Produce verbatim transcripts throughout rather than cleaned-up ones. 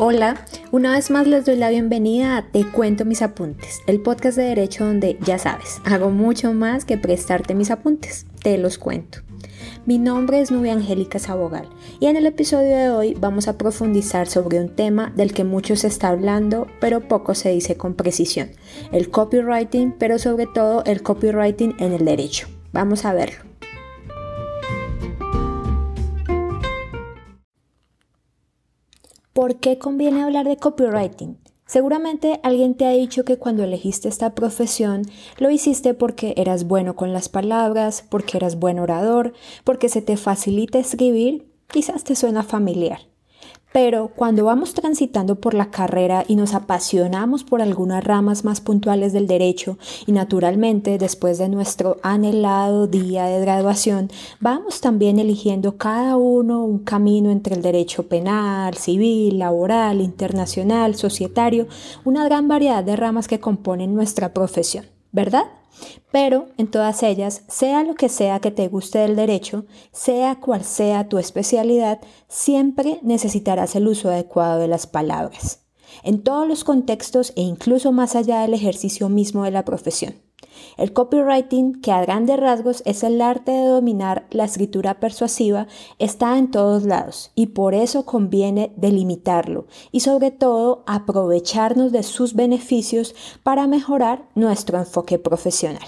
Hola, una vez más les doy la bienvenida a Te Cuento Mis Apuntes, el podcast de derecho donde, ya sabes, hago mucho más que prestarte mis apuntes, te los cuento. Mi nombre es Nubia Angélica Sabogal y en el episodio de hoy vamos a profundizar sobre un tema del que mucho se está hablando, pero poco se dice con precisión, el copywriting, pero sobre todo el copywriting en el derecho. Vamos a verlo. ¿Por qué conviene hablar de copywriting? Seguramente alguien te ha dicho que cuando elegiste esta profesión lo hiciste porque eras bueno con las palabras, porque eras buen orador, porque se te facilita escribir, quizás te suena familiar. Pero cuando vamos transitando por la carrera y nos apasionamos por algunas ramas más puntuales del derecho y naturalmente después de nuestro anhelado día de graduación, vamos también eligiendo cada uno un camino entre el derecho penal, civil, laboral, internacional, societario, una gran variedad de ramas que componen nuestra profesión, ¿verdad? Pero en todas ellas, sea lo que sea que te guste del derecho, sea cual sea tu especialidad, siempre necesitarás el uso adecuado de las palabras, en todos los contextos e incluso más allá del ejercicio mismo de la profesión. El copywriting, que a grandes rasgos es el arte de dominar la escritura persuasiva, está en todos lados y por eso conviene delimitarlo y sobre todo aprovecharnos de sus beneficios para mejorar nuestro enfoque profesional.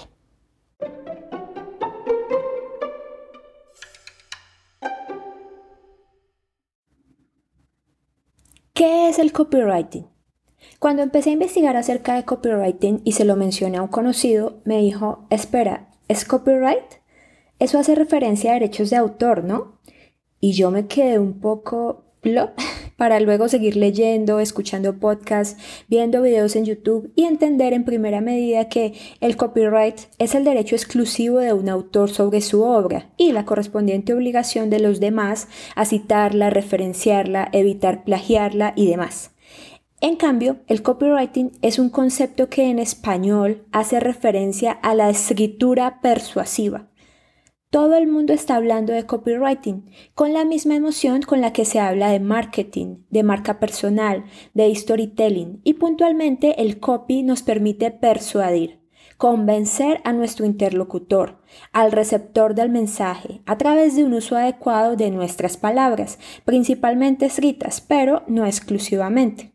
¿Qué es el copywriting? Cuando empecé a investigar acerca de copywriting y se lo mencioné a un conocido, me dijo, espera, ¿es copyright? Eso hace referencia a derechos de autor, ¿no? Y yo me quedé un poco plop para luego seguir leyendo, escuchando podcasts, viendo videos en YouTube y entender en primera medida que el copyright es el derecho exclusivo de un autor sobre su obra y la correspondiente obligación de los demás a citarla, referenciarla, evitar plagiarla y demás. En cambio, el copywriting es un concepto que en español hace referencia a la escritura persuasiva. Todo el mundo está hablando de copywriting, con la misma emoción con la que se habla de marketing, de marca personal, de storytelling, y puntualmente el copy nos permite persuadir, convencer a nuestro interlocutor, al receptor del mensaje, a través de un uso adecuado de nuestras palabras, principalmente escritas, pero no exclusivamente.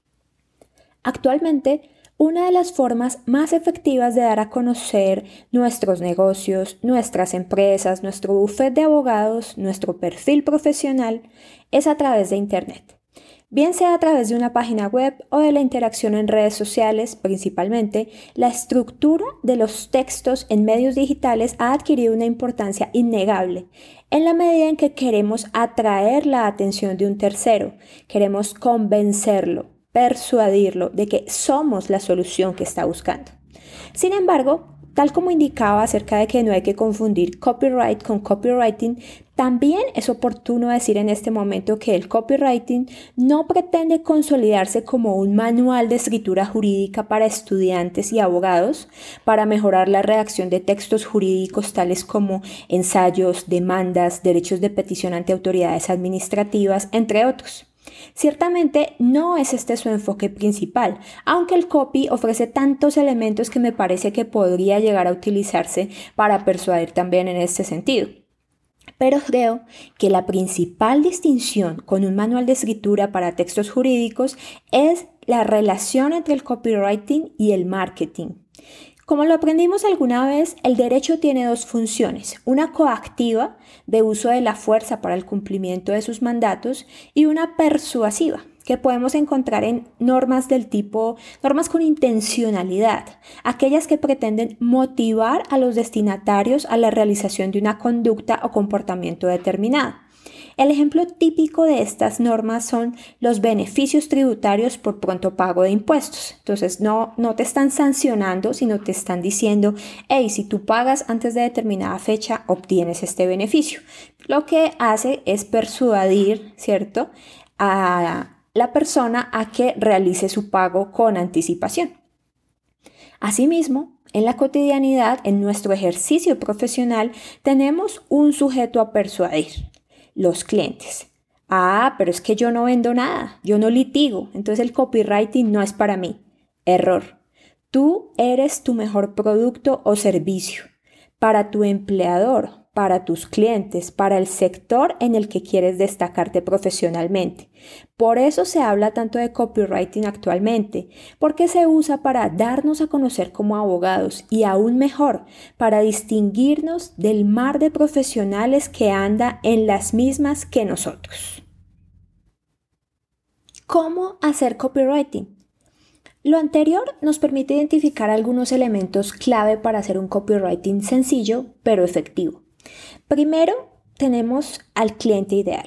Actualmente, una de las formas más efectivas de dar a conocer nuestros negocios, nuestras empresas, nuestro bufete de abogados, nuestro perfil profesional, es a través de Internet. Bien sea a través de una página web o de la interacción en redes sociales, principalmente, la estructura de los textos en medios digitales ha adquirido una importancia innegable en la medida en que queremos atraer la atención de un tercero, queremos convencerlo, persuadirlo de que somos la solución que está buscando. Sin embargo, tal como indicaba acerca de que no hay que confundir copyright con copywriting, también es oportuno decir en este momento que el copywriting no pretende consolidarse como un manual de escritura jurídica para estudiantes y abogados para mejorar la redacción de textos jurídicos tales como ensayos, demandas, derechos de petición ante autoridades administrativas, entre otros. Ciertamente no es este su enfoque principal, aunque el copy ofrece tantos elementos que me parece que podría llegar a utilizarse para persuadir también en este sentido. Pero creo que la principal distinción con un manual de escritura para textos jurídicos es la relación entre el copywriting y el marketing. Como lo aprendimos alguna vez, el derecho tiene dos funciones, una coactiva, de uso de la fuerza para el cumplimiento de sus mandatos, y una persuasiva, que podemos encontrar en normas del tipo, normas con intencionalidad, aquellas que pretenden motivar a los destinatarios a la realización de una conducta o comportamiento determinado. El ejemplo típico de estas normas son los beneficios tributarios por pronto pago de impuestos. Entonces no, no te están sancionando, sino te están diciendo, hey, si tú pagas antes de determinada fecha, obtienes este beneficio. Lo que hace es persuadir, ¿cierto?, a la persona a que realice su pago con anticipación. Asimismo, en la cotidianidad, en nuestro ejercicio profesional, tenemos un sujeto a persuadir, los clientes. Ah, pero es que yo no vendo nada, yo no litigo, entonces el copywriting no es para mí. Error. Tú eres tu mejor producto o servicio para tu empleador, para tus clientes, para el sector en el que quieres destacarte profesionalmente. Por eso se habla tanto de copywriting actualmente, porque se usa para darnos a conocer como abogados y aún mejor, para distinguirnos del mar de profesionales que anda en las mismas que nosotros. ¿Cómo hacer copywriting? Lo anterior nos permite identificar algunos elementos clave para hacer un copywriting sencillo pero efectivo. Primero, tenemos al cliente ideal.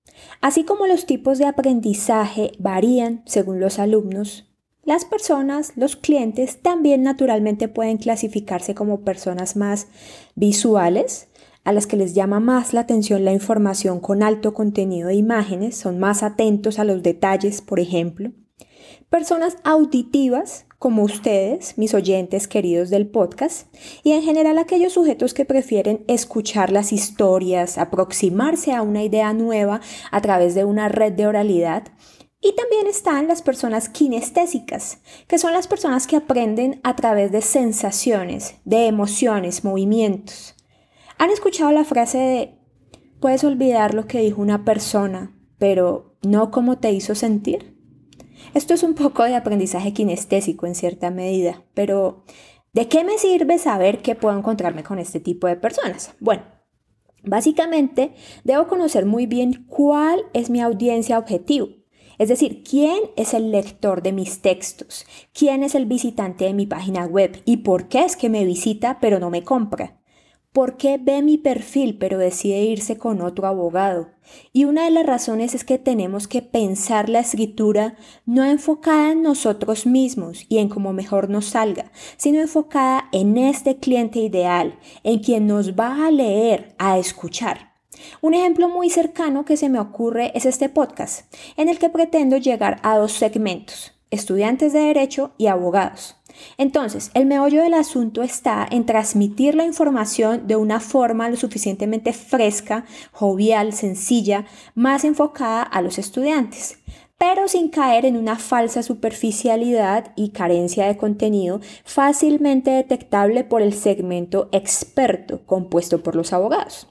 Así como los tipos de aprendizaje varían según los alumnos, las personas, los clientes, también naturalmente pueden clasificarse como personas más visuales, a las que les llama más la atención la información con alto contenido de imágenes, son más atentos a los detalles, por ejemplo. Personas auditivas, como ustedes, mis oyentes queridos del podcast, y en general aquellos sujetos que prefieren escuchar las historias, aproximarse a una idea nueva a través de una red de oralidad. Y también están las personas kinestésicas, que son las personas que aprenden a través de sensaciones, de emociones, movimientos. ¿Han escuchado la frase de puedes olvidar lo que dijo una persona, pero no cómo te hizo sentir? Esto es un poco de aprendizaje kinestésico en cierta medida, pero ¿de qué me sirve saber que puedo encontrarme con este tipo de personas? Bueno, básicamente debo conocer muy bien cuál es mi audiencia objetivo. Es decir, quién es el lector de mis textos, quién es el visitante de mi página web y por qué es que me visita pero no me compra. ¿Por qué ve mi perfil pero decide irse con otro abogado? Y una de las razones es que tenemos que pensar la escritura no enfocada en nosotros mismos y en cómo mejor nos salga, sino enfocada en este cliente ideal, en quien nos va a leer, a escuchar. Un ejemplo muy cercano que se me ocurre es este podcast, en el que pretendo llegar a dos segmentos, estudiantes de derecho y abogados. Entonces, el meollo del asunto está en transmitir la información de una forma lo suficientemente fresca, jovial, sencilla, más enfocada a los estudiantes, pero sin caer en una falsa superficialidad y carencia de contenido fácilmente detectable por el segmento experto compuesto por los abogados.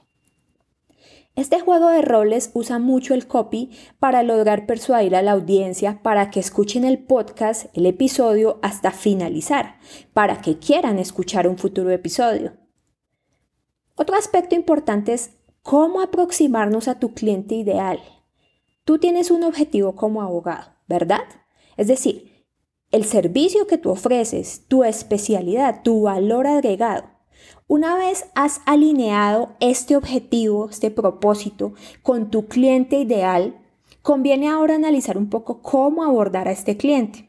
Este juego de roles usa mucho el copy para lograr persuadir a la audiencia para que escuchen el podcast, el episodio, hasta finalizar, para que quieran escuchar un futuro episodio. Otro aspecto importante es cómo aproximarnos a tu cliente ideal. Tú tienes un objetivo como abogado, ¿verdad? Es decir, el servicio que tú ofreces, tu especialidad, tu valor agregado. Una vez has alineado este objetivo, este propósito con tu cliente ideal, conviene ahora analizar un poco cómo abordar a este cliente.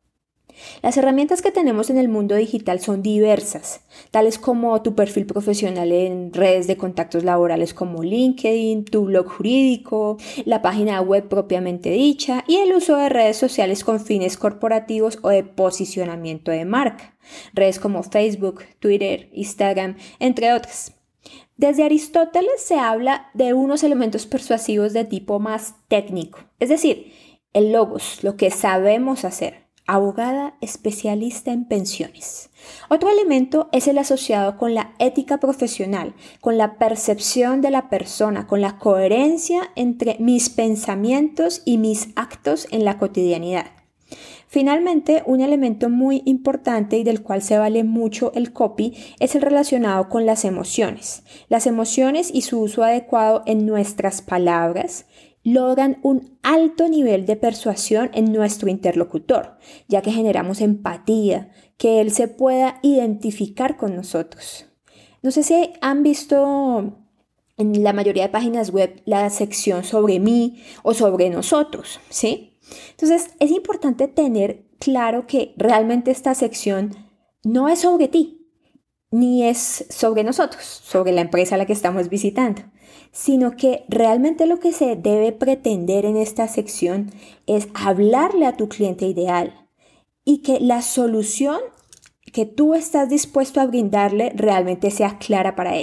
Las herramientas que tenemos en el mundo digital son diversas, tales como tu perfil profesional en redes de contactos laborales como LinkedIn, tu blog jurídico, la página web propiamente dicha y el uso de redes sociales con fines corporativos o de posicionamiento de marca, redes como Facebook, Twitter, Instagram, entre otras. Desde Aristóteles se habla de unos elementos persuasivos de tipo más técnico, es decir, el logos, lo que sabemos hacer. Abogada especialista en pensiones. Otro elemento es el asociado con la ética profesional, con la percepción de la persona, con la coherencia entre mis pensamientos y mis actos en la cotidianidad. Finalmente, un elemento muy importante y del cual se vale mucho el copy es el relacionado con las emociones. Las emociones y su uso adecuado en nuestras palabras logran un alto nivel de persuasión en nuestro interlocutor, ya que generamos empatía, que él se pueda identificar con nosotros. No sé si han visto en la mayoría de páginas web la sección sobre mí o sobre nosotros, ¿sí? Entonces es importante tener claro que realmente esta sección no es sobre ti, ni es sobre nosotros, sobre la empresa a la que estamos visitando, sino que realmente lo que se debe pretender en esta sección es hablarle a tu cliente ideal y que la solución que tú estás dispuesto a brindarle realmente sea clara para él.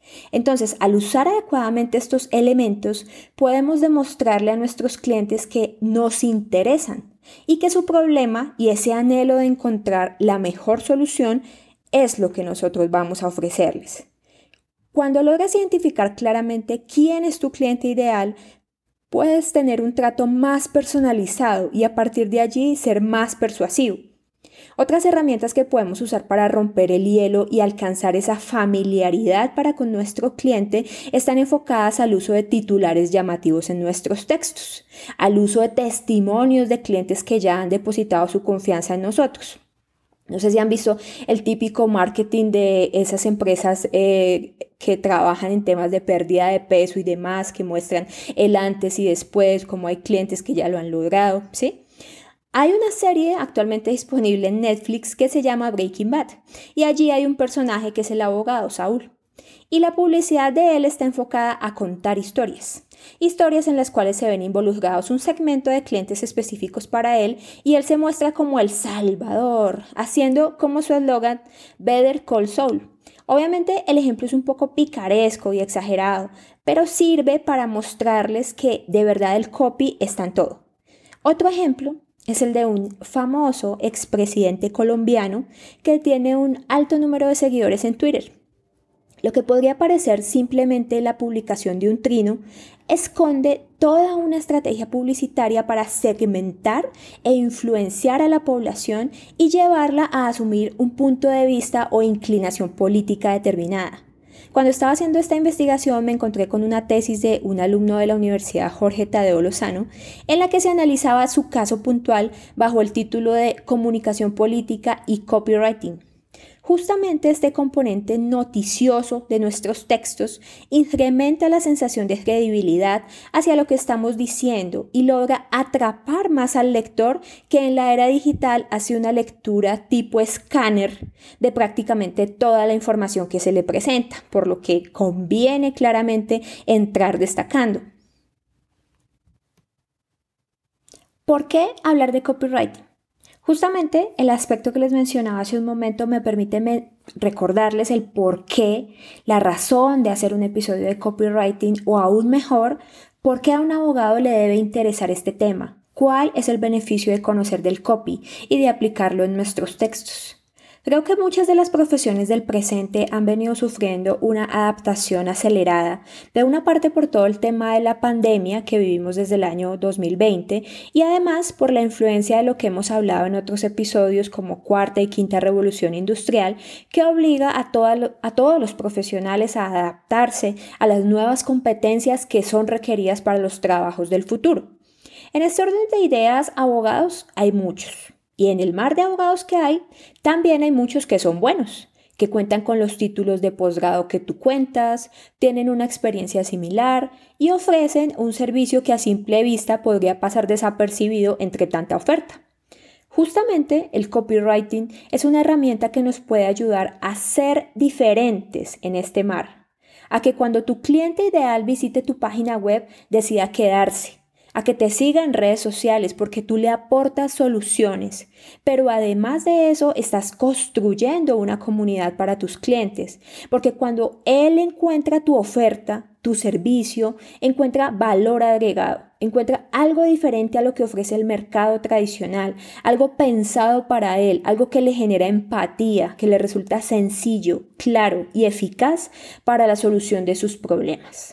Entonces, al usar adecuadamente estos elementos, podemos demostrarle a nuestros clientes que nos interesan y que su problema y ese anhelo de encontrar la mejor solución es lo que nosotros vamos a ofrecerles. Cuando logras identificar claramente quién es tu cliente ideal, puedes tener un trato más personalizado y a partir de allí ser más persuasivo. Otras herramientas que podemos usar para romper el hielo y alcanzar esa familiaridad para con nuestro cliente están enfocadas al uso de titulares llamativos en nuestros textos, al uso de testimonios de clientes que ya han depositado su confianza en nosotros. No sé si han visto el típico marketing de esas empresas eh, que trabajan en temas de pérdida de peso y demás, que muestran el antes y después, cómo hay clientes que ya lo han logrado, ¿sí? Hay una serie actualmente disponible en Netflix que se llama Breaking Bad y allí hay un personaje que es el abogado Saúl y la publicidad de él está enfocada a contar historias, historias en las cuales se ven involucrados un segmento de clientes específicos para él y él se muestra como el salvador, haciendo como su eslogan Better Call Saul. Obviamente el ejemplo es un poco picaresco y exagerado, pero sirve para mostrarles que de verdad el copy está en todo. Otro ejemplo es el de un famoso expresidente colombiano que tiene un alto número de seguidores en Twitter. Lo que podría parecer simplemente la publicación de un trino esconde toda una estrategia publicitaria para segmentar e influenciar a la población y llevarla a asumir un punto de vista o inclinación política determinada. Cuando estaba haciendo esta investigación me encontré con una tesis de un alumno de la Universidad Jorge Tadeo Lozano en la que se analizaba su caso puntual bajo el título de Comunicación Política y Copywriting. Justamente este componente noticioso de nuestros textos incrementa la sensación de credibilidad hacia lo que estamos diciendo y logra atrapar más al lector que en la era digital hace una lectura tipo escáner de prácticamente toda la información que se le presenta, por lo que conviene claramente entrar destacando. ¿Por qué hablar de copywriting? Justamente el aspecto que les mencionaba hace un momento me permite me recordarles el por qué, la razón de hacer un episodio de copywriting o aún mejor, por qué a un abogado le debe interesar este tema, cuál es el beneficio de conocer del copy y de aplicarlo en nuestros textos. Creo que muchas de las profesiones del presente han venido sufriendo una adaptación acelerada, de una parte por todo el tema de la pandemia que vivimos desde el año dos mil veinte y además por la influencia de lo que hemos hablado en otros episodios como cuarta y quinta revolución industrial que obliga a, toda, a todos los profesionales a adaptarse a las nuevas competencias que son requeridas para los trabajos del futuro. En este orden de ideas, abogados hay muchos. Y en el mar de abogados que hay, también hay muchos que son buenos, que cuentan con los títulos de posgrado que tú cuentas, tienen una experiencia similar y ofrecen un servicio que a simple vista podría pasar desapercibido entre tanta oferta. Justamente el copywriting es una herramienta que nos puede ayudar a ser diferentes en este mar, a que cuando tu cliente ideal visite tu página web decida quedarse, a que te siga en redes sociales porque tú le aportas soluciones, pero además de eso estás construyendo una comunidad para tus clientes, porque cuando él encuentra tu oferta, tu servicio, encuentra valor agregado, encuentra algo diferente a lo que ofrece el mercado tradicional, algo pensado para él, algo que le genera empatía, que le resulta sencillo, claro y eficaz para la solución de sus problemas.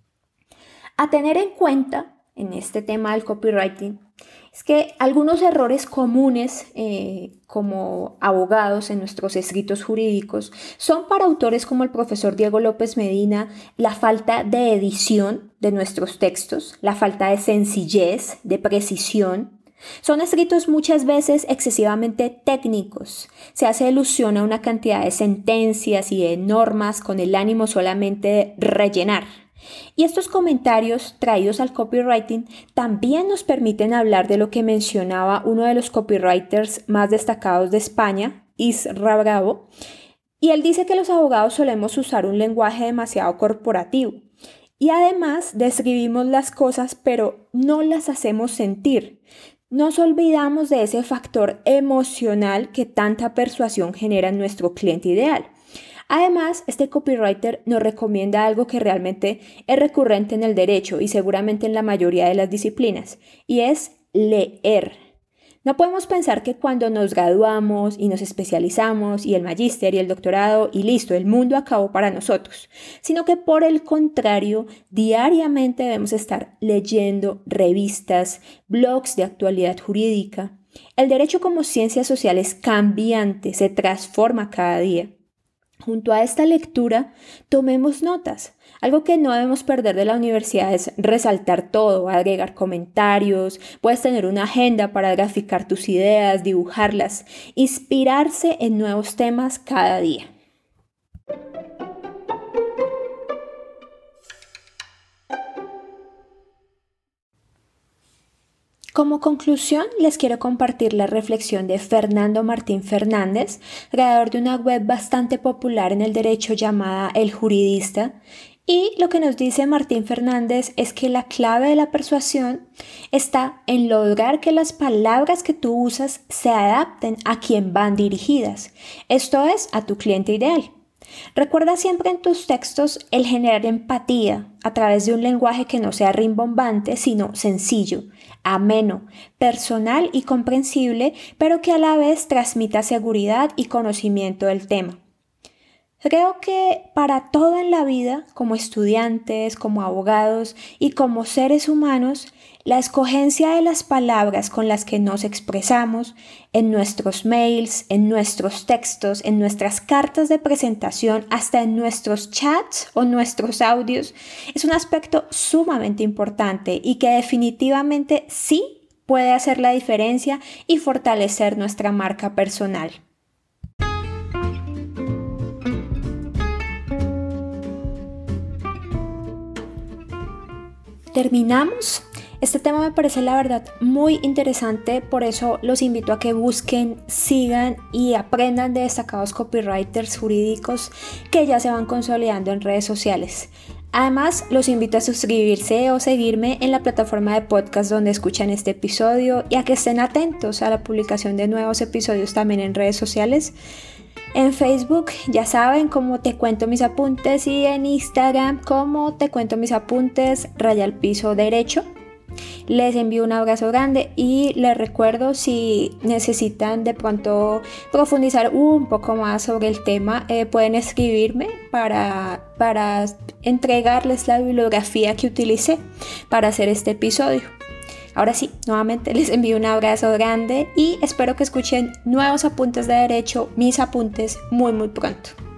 A tener en cuenta en este tema del copywriting es que algunos errores comunes eh, como abogados en nuestros escritos jurídicos son para autores como el profesor Diego López Medina la falta de edición de nuestros textos, la falta de sencillez, de precisión. Son escritos muchas veces excesivamente técnicos. Se hace alusión a una cantidad de sentencias y de normas con el ánimo solamente de rellenar. Y estos comentarios traídos al copywriting también nos permiten hablar de lo que mencionaba uno de los copywriters más destacados de España, Isra Bravo, y él dice que los abogados solemos usar un lenguaje demasiado corporativo y además describimos las cosas pero no las hacemos sentir. Nos olvidamos de ese factor emocional que tanta persuasión genera en nuestro cliente ideal. Además, este copywriter nos recomienda algo que realmente es recurrente en el derecho y seguramente en la mayoría de las disciplinas, y es leer. No podemos pensar que cuando nos graduamos y nos especializamos y el magíster y el doctorado y listo, el mundo acabó para nosotros, sino que por el contrario, diariamente debemos estar leyendo revistas, blogs de actualidad jurídica. El derecho como ciencia social es cambiante, se transforma cada día. Junto a esta lectura, tomemos notas. Algo que no debemos perder de la universidad es resaltar todo, agregar comentarios, puedes tener una agenda para graficar tus ideas, dibujarlas, inspirarse en nuevos temas cada día. Como conclusión, les quiero compartir la reflexión de Fernando Martín Fernández, creador de una web bastante popular en el derecho llamada El Juridista. Y lo que nos dice Martín Fernández es que la clave de la persuasión está en lograr que las palabras que tú usas se adapten a quien van dirigidas, esto es, a tu cliente ideal. Recuerda siempre en tus textos el generar empatía a través de un lenguaje que no sea rimbombante, sino sencillo, ameno, personal y comprensible, pero que a la vez transmita seguridad y conocimiento del tema. Creo que para todo en la vida, como estudiantes, como abogados y como seres humanos, la escogencia de las palabras con las que nos expresamos en nuestros mails, en nuestros textos, en nuestras cartas de presentación, hasta en nuestros chats o nuestros audios, es un aspecto sumamente importante y que definitivamente sí puede hacer la diferencia y fortalecer nuestra marca personal. ¿Terminamos? Este tema me parece la verdad muy interesante, por eso los invito a que busquen, sigan y aprendan de destacados copywriters jurídicos que ya se van consolidando en redes sociales. Además, los invito a suscribirse o seguirme en la plataforma de podcast donde escuchan este episodio y a que estén atentos a la publicación de nuevos episodios también en redes sociales. En Facebook, ya saben, como Te Cuento Mis Apuntes, y en Instagram, como Te Cuento Mis Apuntes, raya al piso derecho. Les envío un abrazo grande y les recuerdo, si necesitan de pronto profundizar un poco más sobre el tema, eh, pueden escribirme para, para entregarles la bibliografía que utilicé para hacer este episodio. Ahora sí, nuevamente les envío un abrazo grande y espero que escuchen nuevos apuntes de derecho, mis apuntes, muy muy pronto.